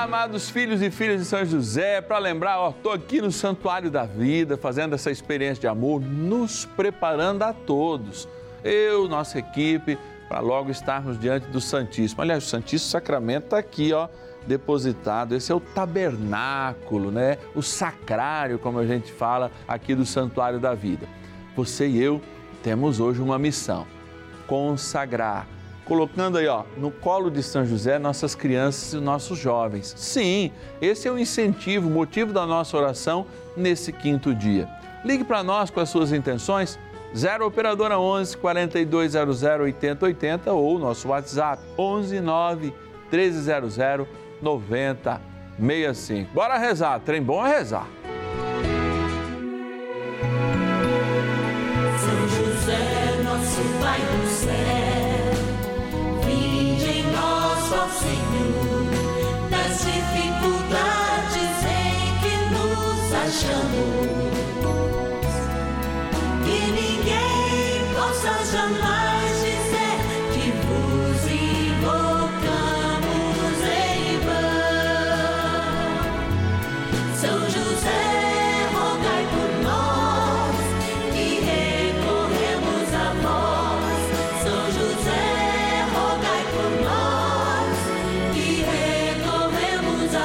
Olá, amados filhos e filhas de São José, para lembrar, estou aqui no Santuário da Vida, fazendo essa experiência de amor, nos preparando a todos, eu, nossa equipe, para logo estarmos diante do Santíssimo. Aliás, o Santíssimo Sacramento está aqui, depositado. Esse é o tabernáculo, né? O sacrário, como a gente fala aqui do Santuário da Vida. Você e eu temos hoje uma missão: consagrar, colocando aí, no colo de São José, nossas crianças e nossos jovens. Sim, esse é o incentivo, o motivo da nossa oração nesse quinto dia. Ligue para nós com as suas intenções, 0 Operadora 11 4200 8080 ou nosso WhatsApp 11 9 1300 9065. Bora rezar, trem bom é rezar. São José, nosso Pai do céu, vinde em nós, ó Senhor, nas dificuldades em que nos achamos, que ninguém possa jamais dizer que vos invocamos em vão. São José, rogai por nós, que recorremos a vós. São José, rogai por nós, que recorremos a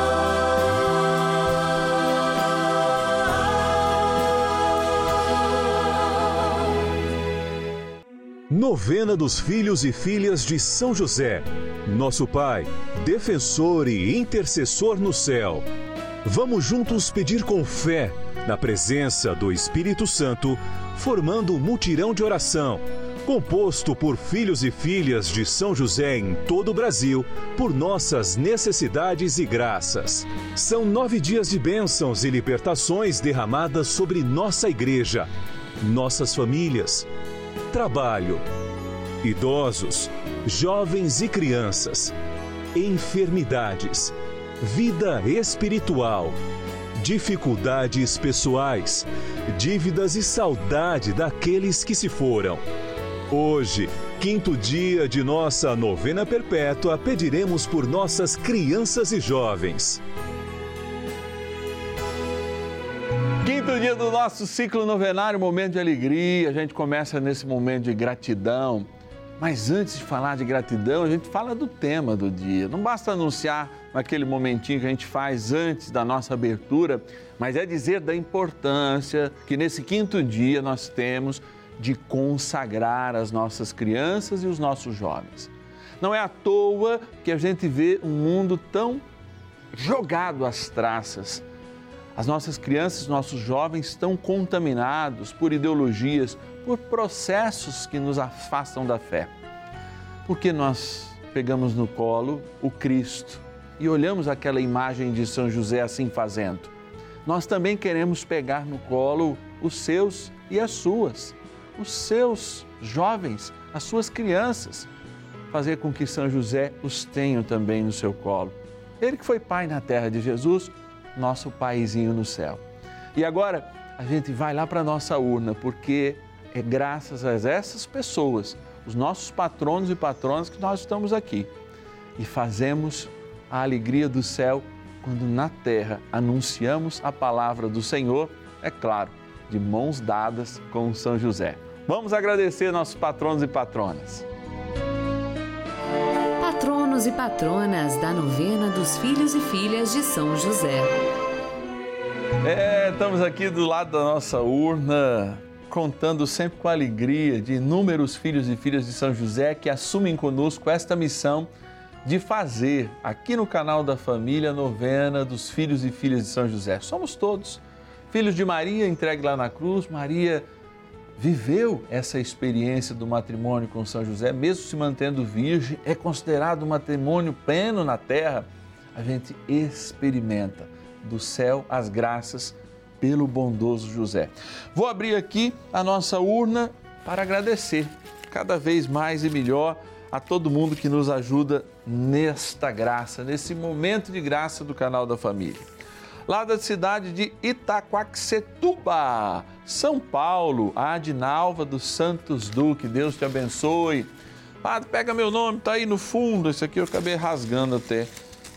vós. Novena dos Filhos e Filhas de São José, nosso Pai, defensor e intercessor no céu. Vamos juntos pedir com fé, na presença do Espírito Santo, formando um mutirão de oração, composto por filhos e filhas de São José em todo o Brasil, por nossas necessidades e graças. São 9 dias de bênçãos e libertações derramadas sobre nossa igreja, nossas famílias, trabalho, idosos, jovens e crianças, enfermidades, vida espiritual, dificuldades pessoais, dívidas e saudade daqueles que se foram. Hoje, quinto dia de nossa novena perpétua, pediremos por nossas crianças e jovens. Quinto dia do nosso ciclo novenário, momento de alegria. A gente começa nesse momento de gratidão. Mas antes de falar de gratidão, a gente fala do tema do dia. Não basta anunciar naquele momentinho que a gente faz antes da nossa abertura, mas é dizer da importância que nesse quinto dia nós temos de consagrar as nossas crianças e os nossos jovens. Não é à toa que a gente vê um mundo tão jogado às traças. As nossas crianças, nossos jovens estão contaminados por ideologias, por processos que nos afastam da fé. Porque nós pegamos no colo o Cristo e olhamos aquela imagem de São José assim fazendo. Nós também queremos pegar no colo os seus e as suas, os seus jovens, as suas crianças, fazer com que São José os tenha também no seu colo. Ele que foi pai na terra de Jesus, nosso paizinho no céu. E agora a gente vai lá para a nossa urna, porque é graças a essas pessoas, os nossos patronos e patronas, que nós estamos aqui. E fazemos a alegria do céu quando na terra anunciamos a palavra do Senhor, é claro, de mãos dadas com São José. Vamos agradecer nossos patronos e patronas. Patronos e patronas da novena dos filhos e filhas de São José. Estamos aqui do lado da nossa urna, contando sempre com alegria de inúmeros filhos e filhas de São José que assumem conosco esta missão de fazer aqui no canal da família a novena dos filhos e filhas de São José. Somos todos filhos de Maria, entregue lá na cruz. Maria viveu essa experiência do matrimônio com São José, mesmo se mantendo virgem, é considerado um matrimônio pleno na terra. A gente experimenta do céu as graças pelo bondoso José. Vou abrir aqui a nossa urna para agradecer cada vez mais e melhor a todo mundo que nos ajuda nesta graça, nesse momento de graça do canal da família. Lá da cidade de Itaquaquecetuba, São Paulo, a Adinalva dos Santos Duque, Deus te abençoe. Padre, pega meu nome, tá aí no fundo, esse aqui eu acabei rasgando até.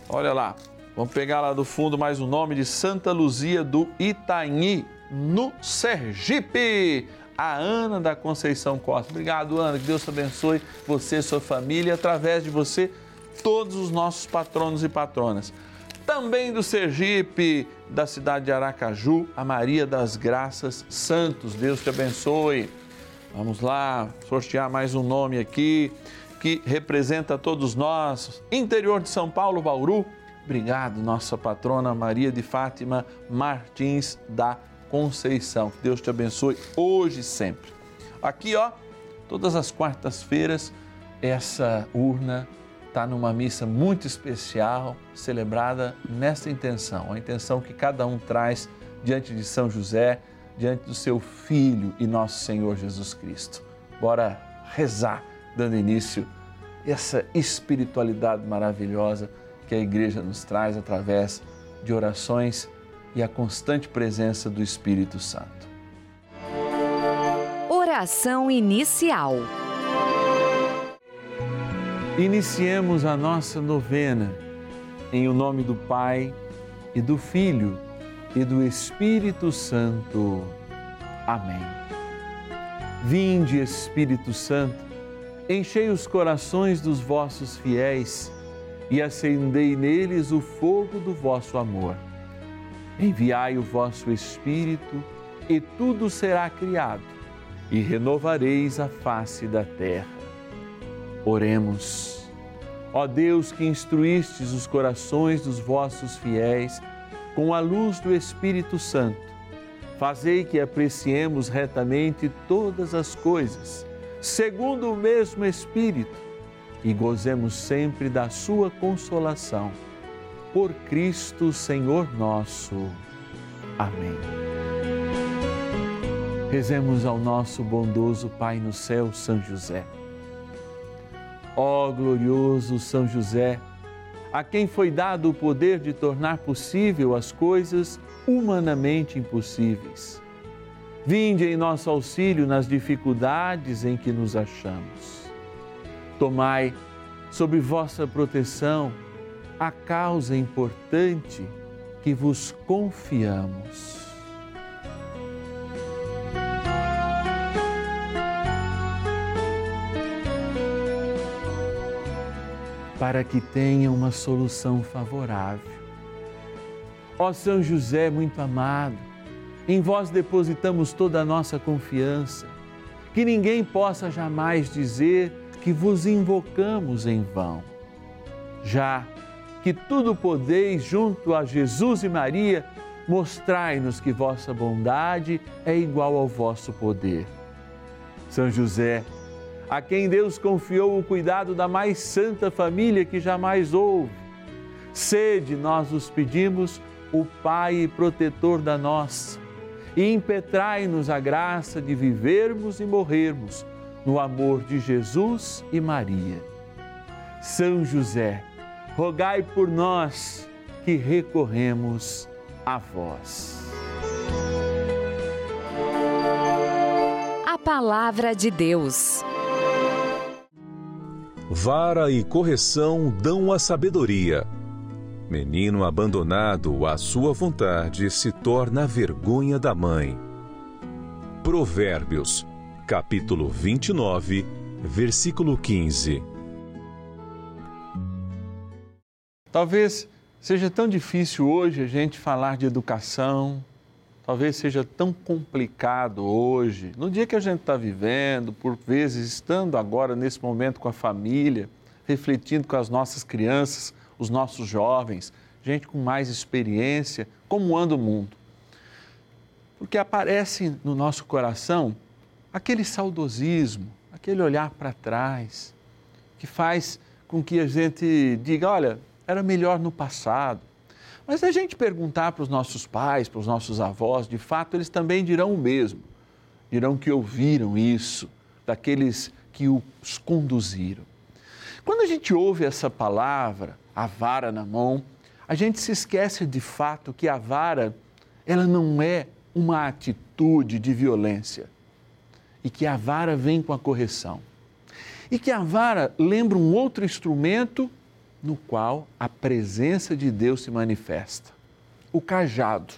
Olha lá, vamos pegar lá do fundo mais um nome de Santa Luzia do Itanhi, no Sergipe. A Ana da Conceição Costa. Obrigado, Ana, que Deus te abençoe, você e sua família, através de você, todos os nossos patronos e patronas. Também do Sergipe, da cidade de Aracaju, a Maria das Graças Santos. Deus te abençoe. Vamos lá, sortear mais um nome aqui, que representa todos nós. Interior de São Paulo, Bauru. Obrigado, nossa patrona Maria de Fátima Martins da Conceição. Que Deus te abençoe hoje e sempre. Aqui, ó, todas as quartas-feiras, essa urna está numa missa muito especial, celebrada nesta intenção, a intenção que cada um traz diante de São José, diante do seu Filho e nosso Senhor Jesus Cristo. Bora rezar, dando início a essa espiritualidade maravilhosa que a Igreja nos traz através de orações e a constante presença do Espírito Santo. Oração inicial. Iniciemos a nossa novena em o nome do Pai e do Filho e do Espírito Santo. Amém. Vinde, Espírito Santo, enchei os corações dos vossos fiéis e acendei neles o fogo do vosso amor. Enviai o vosso Espírito e tudo será criado e renovareis a face da terra. Oremos. Ó Deus, que instruístes os corações dos vossos fiéis com a luz do Espírito Santo, fazei que apreciemos retamente todas as coisas, segundo o mesmo Espírito, e gozemos sempre da sua consolação. Por Cristo, Senhor nosso. Amém. Rezemos ao nosso bondoso Pai no céu, São José. Ó glorioso São José, a quem foi dado o poder de tornar possível as coisas humanamente impossíveis. Vinde em nosso auxílio nas dificuldades em que nos achamos. Tomai sob vossa proteção a causa importante que vos confiamos. Para que tenha uma solução favorável. Ó São José muito amado, em vós depositamos toda a nossa confiança, que ninguém possa jamais dizer que vos invocamos em vão. Já que tudo podeis junto a Jesus e Maria, mostrai-nos que vossa bondade é igual ao vosso poder. São José, a quem Deus confiou o cuidado da mais santa família que jamais houve, sede, nós os pedimos, o Pai e protetor da nossa, e impetrai-nos a graça de vivermos e morrermos no amor de Jesus e Maria. São José, rogai por nós que recorremos a vós. A Palavra de Deus. Vara e correção dão a sabedoria. Menino abandonado à sua vontade se torna a vergonha da mãe. Provérbios, capítulo 29, versículo 15. Talvez seja tão difícil hoje a gente falar de educação, talvez seja tão complicado hoje, no dia que a gente está vivendo, por vezes estando agora nesse momento com a família, refletindo com as nossas crianças, os nossos jovens, gente com mais experiência, como anda o mundo. Porque aparece no nosso coração aquele saudosismo, aquele olhar para trás, que faz com que a gente diga, olha, era melhor no passado. Mas se a gente perguntar para os nossos pais, para os nossos avós, de fato eles também dirão o mesmo. Dirão que ouviram isso daqueles que os conduziram. Quando a gente ouve essa palavra, a vara na mão, a gente se esquece de fato que a vara, ela não é uma atitude de violência. E que a vara vem com a correção. E que a vara lembra um outro instrumento no qual a presença de Deus se manifesta. O cajado.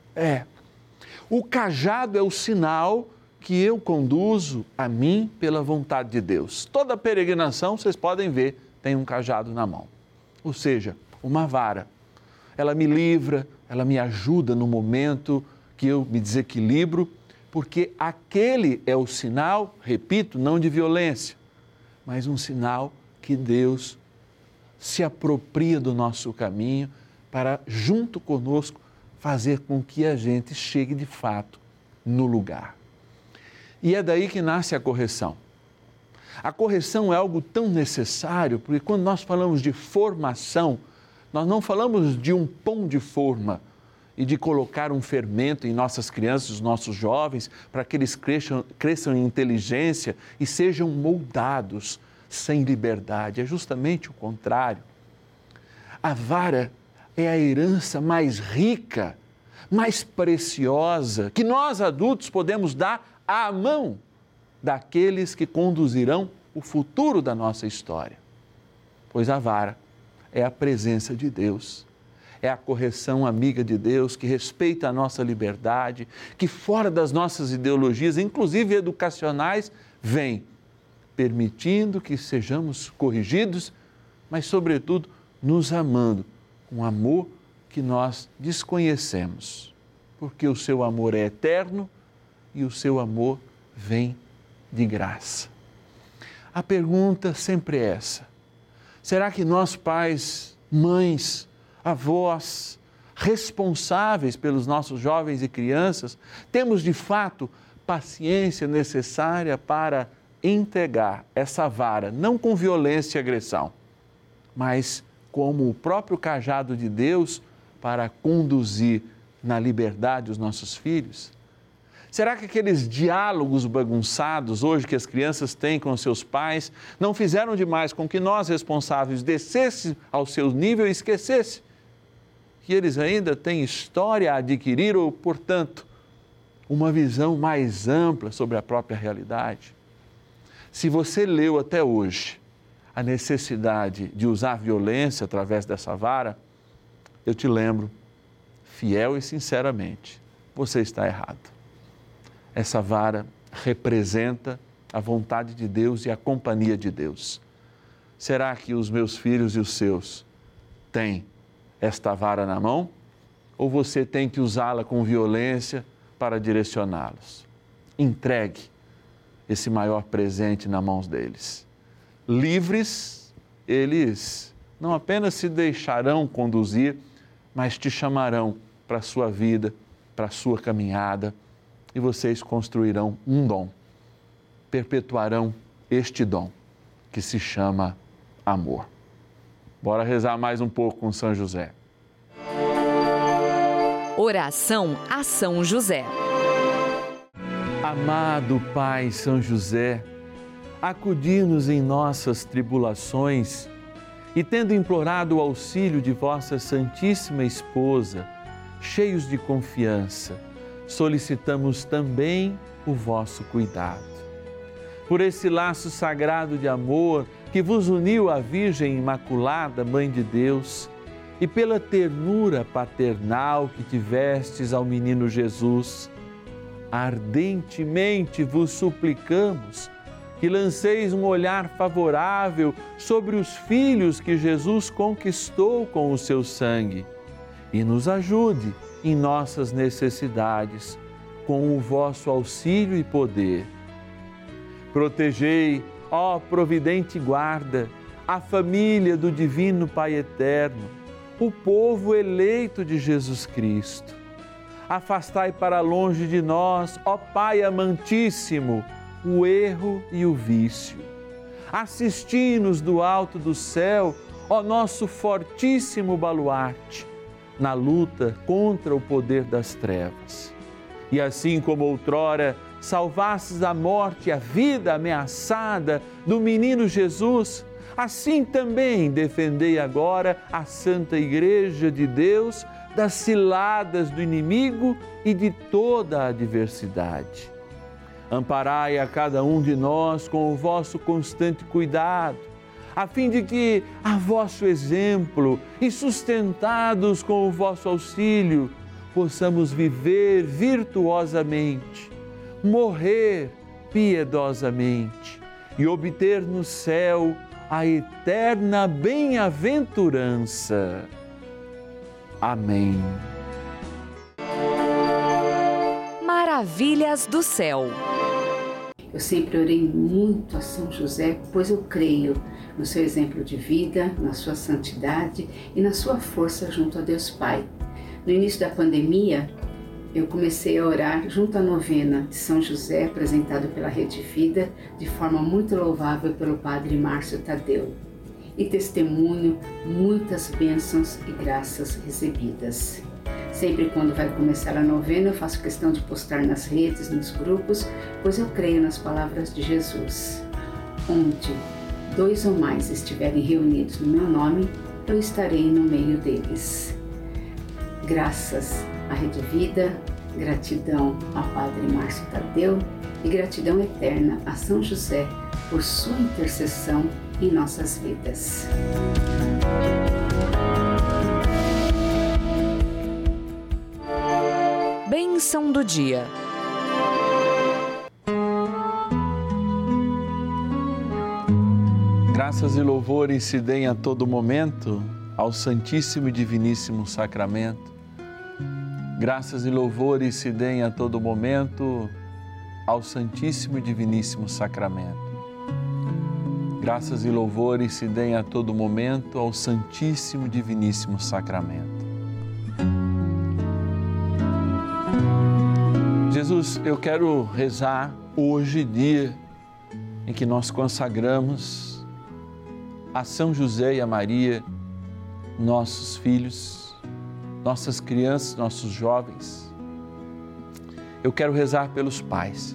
O cajado é o sinal que eu conduzo a mim pela vontade de Deus. Toda peregrinação, vocês podem ver, tem um cajado na mão. Ou seja, uma vara. Ela me livra, ela me ajuda no momento que eu me desequilibro, porque aquele é o sinal, repito, não de violência, mas um sinal que Deus se apropria do nosso caminho para, junto conosco, fazer com que a gente chegue de fato no lugar. E é daí que nasce a correção. A correção é algo tão necessário, porque quando nós falamos de formação, nós não falamos de um pão de forma e de colocar um fermento em nossas crianças, os nossos jovens, para que eles cresçam em inteligência e sejam moldados sem liberdade. É justamente o contrário. A vara é a herança mais rica, mais preciosa, que nós adultos podemos dar à mão daqueles que conduzirão o futuro da nossa história. Pois a vara é a presença de Deus, é a correção amiga de Deus, que respeita a nossa liberdade, que fora das nossas ideologias, inclusive educacionais, vem permitindo que sejamos corrigidos, mas, sobretudo, nos amando com amor que nós desconhecemos, porque o seu amor é eterno e o seu amor vem de graça. A pergunta sempre é essa: será que nós, pais, mães, avós, responsáveis pelos nossos jovens e crianças, temos de fato paciência necessária para entregar essa vara, não com violência e agressão, mas como o próprio cajado de Deus para conduzir na liberdade os nossos filhos? Será que aqueles diálogos bagunçados hoje que as crianças têm com seus pais não fizeram demais com que nós, responsáveis, descesse ao seu nível e esquecesse que eles ainda têm história a adquirir ou, portanto, uma visão mais ampla sobre a própria realidade? Se você leu até hoje a necessidade de usar violência através dessa vara, eu te lembro, fiel e sinceramente, você está errado. Essa vara representa a vontade de Deus e a companhia de Deus. Será que os meus filhos e os seus têm esta vara na mão? Ou você tem que usá-la com violência para direcioná-los? Entregue esse maior presente nas mãos deles. Livres, eles não apenas se deixarão conduzir, mas te chamarão para a sua vida, para a sua caminhada, e vocês construirão um dom, perpetuarão este dom que se chama amor. Bora rezar mais um pouco com São José. Oração a São José. Amado Pai São José, acudi-nos em nossas tribulações e, tendo implorado o auxílio de vossa Santíssima Esposa, cheios de confiança, solicitamos também o vosso cuidado. Por esse laço sagrado de amor que vos uniu à Virgem Imaculada, Mãe de Deus, e pela ternura paternal que tivestes ao menino Jesus, ardentemente vos suplicamos que lanceis um olhar favorável sobre os filhos que Jesus conquistou com o seu sangue e nos ajude em nossas necessidades, com o vosso auxílio e poder. Protegei, ó providente guarda, a família do Divino Pai Eterno, o povo eleito de Jesus Cristo. Afastai para longe de nós, ó Pai amantíssimo, o erro e o vício. Assisti-nos do alto do céu, ó nosso fortíssimo baluarte, na luta contra o poder das trevas. E assim como outrora salvastes da morte a vida ameaçada do menino Jesus, assim também defendei agora a Santa Igreja de Deus das ciladas do inimigo e de toda a adversidade. Amparai a cada um de nós com o vosso constante cuidado, a fim de que, a vosso exemplo e sustentados com o vosso auxílio, possamos viver virtuosamente, morrer piedosamente e obter no céu a eterna bem-aventurança. Amém. Maravilhas do céu. Eu sempre orei muito a São José, pois eu creio no seu exemplo de vida, na sua santidade e na sua força junto a Deus Pai. No início da pandemia, eu comecei a orar junto à novena de São José, apresentado pela Rede Vida, de forma muito louvável pelo Padre Márcio Tadeu. E testemunho muitas bênçãos e graças recebidas. Sempre quando vai começar a novena, eu faço questão de postar nas redes, nos grupos, pois eu creio nas palavras de Jesus. Onde 2 ou mais estiverem reunidos no meu nome, eu estarei no meio deles. Graças à Rede Vida, gratidão ao Padre Márcio Tadeu e gratidão eterna a São José por sua intercessão em nossas vidas. Bênção do dia. Graças e louvores se deem a todo momento ao Santíssimo e Diviníssimo Sacramento. Graças e louvores se deem a todo momento ao Santíssimo e Diviníssimo Sacramento. Graças e louvores se deem a todo momento ao Santíssimo e Diviníssimo Sacramento. Jesus, eu quero rezar hoje, dia em que nós consagramos a São José e a Maria, nossos filhos, nossas crianças, nossos jovens. Eu quero rezar pelos pais.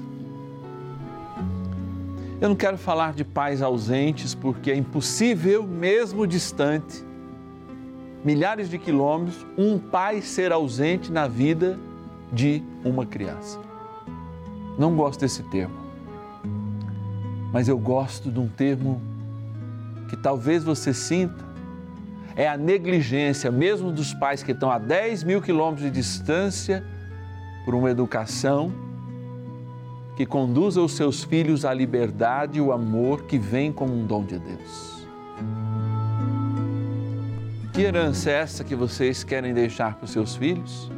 Eu não quero falar de pais ausentes, porque é impossível, mesmo distante, milhares de quilômetros, um pai ser ausente na vida de uma criança. Não gosto desse termo, mas eu gosto de um termo que talvez você sinta, é a negligência, mesmo dos pais que estão a 10 mil quilômetros de distância, por uma educação que conduza os seus filhos à liberdade e o amor que vem como um dom de Deus. Que herança é essa que vocês querem deixar para os seus filhos?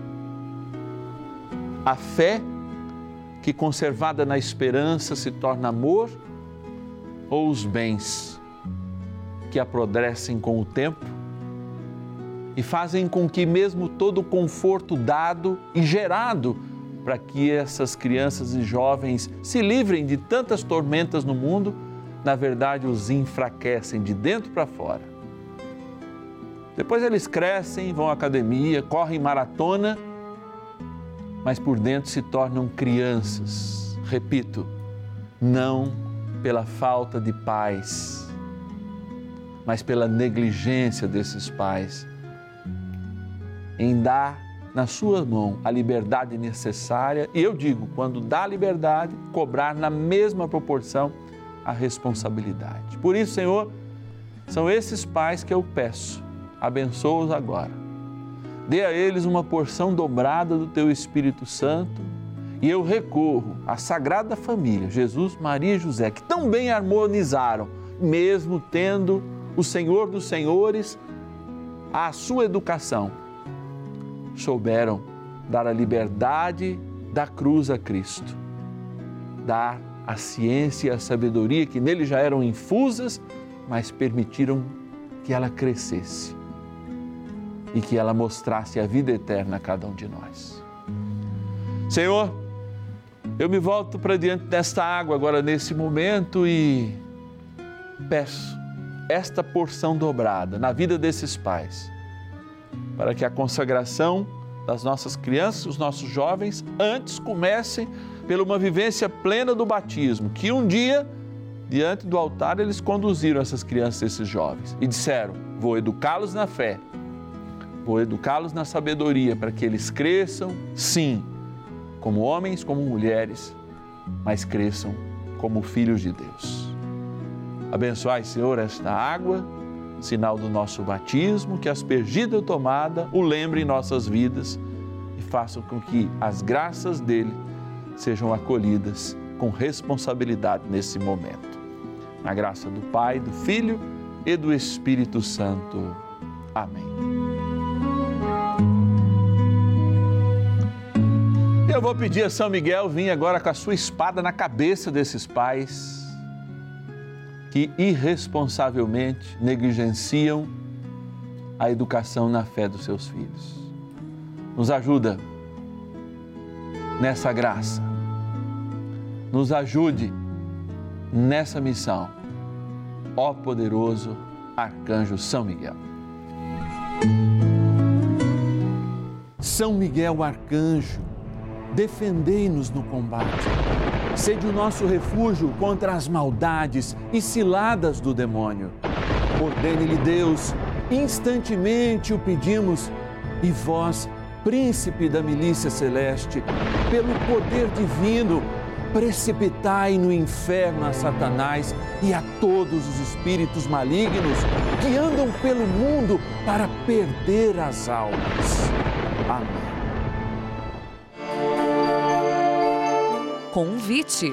A fé que, conservada na esperança, se torna amor, ou os bens que apodrecem com o tempo e fazem com que mesmo todo o conforto dado e gerado para que essas crianças e jovens se livrem de tantas tormentas no mundo, na verdade os enfraquecem de dentro para fora. Depois eles crescem, vão à academia, correm maratona, mas por dentro se tornam crianças. Repito, não pela falta de pais, mas pela negligência desses pais em dar na sua mão a liberdade necessária, e eu digo, quando dá liberdade, cobrar na mesma proporção a responsabilidade. Por isso, Senhor, são esses pais que eu peço, abençoa-os agora. Dê a eles uma porção dobrada do Teu Espírito Santo e eu recorro à Sagrada Família, Jesus, Maria e José, que tão bem harmonizaram, mesmo tendo o Senhor dos Senhores, a sua educação, souberam dar a liberdade da cruz a Cristo, dar a ciência e a sabedoria que nele já eram infusas, mas permitiram que ela crescesse e que ela mostrasse a vida eterna a cada um de nós. Senhor, eu me volto para diante desta água agora nesse momento e peço esta porção dobrada na vida desses pais, para que a consagração das nossas crianças, os nossos jovens, antes comecem pela uma vivência plena do batismo, que um dia, diante do altar, eles conduziram essas crianças, esses jovens, e disseram: vou educá-los na fé, vou educá-los na sabedoria, para que eles cresçam, sim, como homens, como mulheres, mas cresçam como filhos de Deus. Abençoai, Senhor, esta água, sinal do nosso batismo, que aspergida ou tomada o lembre em nossas vidas e faça com que as graças dele sejam acolhidas com responsabilidade nesse momento. Na graça do Pai, do Filho e do Espírito Santo. Amém. Eu vou pedir a São Miguel vir agora com a sua espada na cabeça desses pais que irresponsavelmente negligenciam a educação na fé dos seus filhos. Nos ajuda nessa graça. Nos ajude nessa missão. Ó poderoso Arcanjo São Miguel. São Miguel Arcanjo, defendei-nos no combate. Sede o nosso refúgio contra as maldades e ciladas do demônio. Ordene-lhe Deus, instantemente o pedimos, e vós, príncipe da milícia celeste, pelo poder divino, precipitai no inferno a Satanás e a todos os espíritos malignos que andam pelo mundo para perder as almas. Amém. Convite.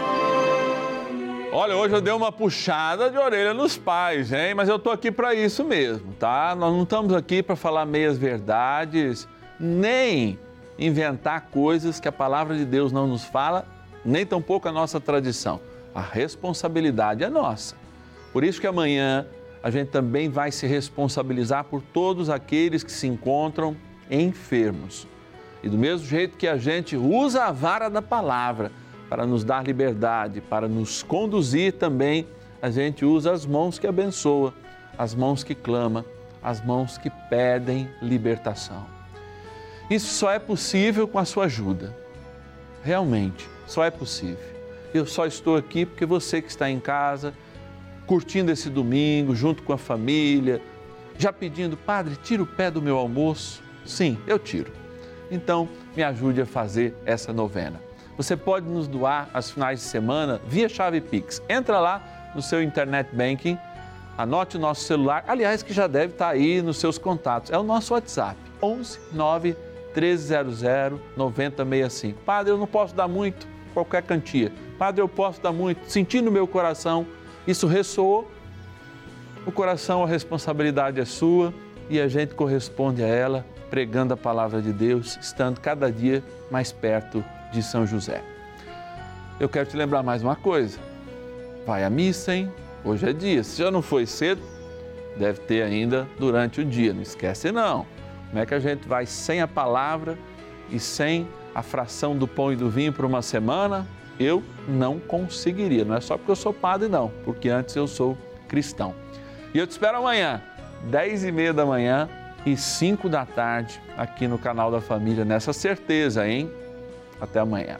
Olha, hoje eu dei uma puxada de orelha nos pais, hein? Mas eu estou aqui para isso mesmo, tá? Nós não estamos aqui para falar meias verdades, nem inventar coisas que a palavra de Deus não nos fala, nem tampouco a nossa tradição. A responsabilidade é nossa. Por isso que amanhã a gente também vai se responsabilizar por todos aqueles que se encontram enfermos. E do mesmo jeito que a gente usa a vara da palavra para nos dar liberdade, para nos conduzir também, a gente usa as mãos que abençoa, as mãos que clama, as mãos que pedem libertação. Isso só é possível com a sua ajuda. Realmente, só é possível. Eu só estou aqui porque você que está em casa, curtindo esse domingo, junto com a família, já pedindo, Padre, tira o pé do meu almoço. Sim, eu tiro. Então, me ajude a fazer essa novena. Você pode nos doar aos finais de semana via chave Pix. Entra lá no seu Internet Banking, anote o nosso celular, aliás, que já deve estar aí nos seus contatos. É o nosso WhatsApp, 11 9 1300 9065. Padre, eu não posso dar muito, qualquer quantia. Padre, eu posso dar muito, senti no meu coração, isso ressoou. O coração, a responsabilidade é sua e a gente corresponde a ela, pregando a palavra de Deus, estando cada dia mais perto de São José. Eu quero te lembrar mais uma coisa. Vai à missa, hein? Hoje é dia. Se já não foi cedo, deve ter ainda durante o dia. Não esquece não. Como é que a gente vai sem a palavra e sem a fração do pão e do vinho por uma semana? Eu não conseguiria. Não é só porque eu sou padre, não. Porque antes eu sou cristão. E eu te espero amanhã, 10h30 da manhã e 5 da tarde, aqui no canal da Família, nessa certeza, hein? Até amanhã.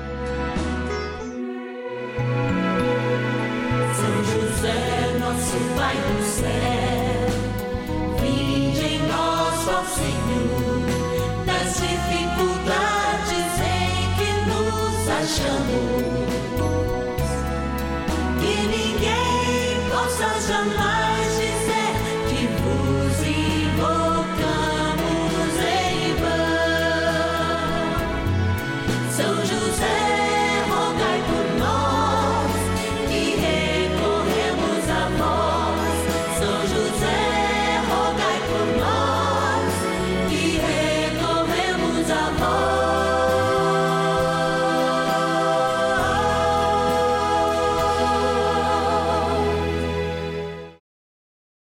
São José, nosso Pai do céu, vinde em nós, ó Senhor.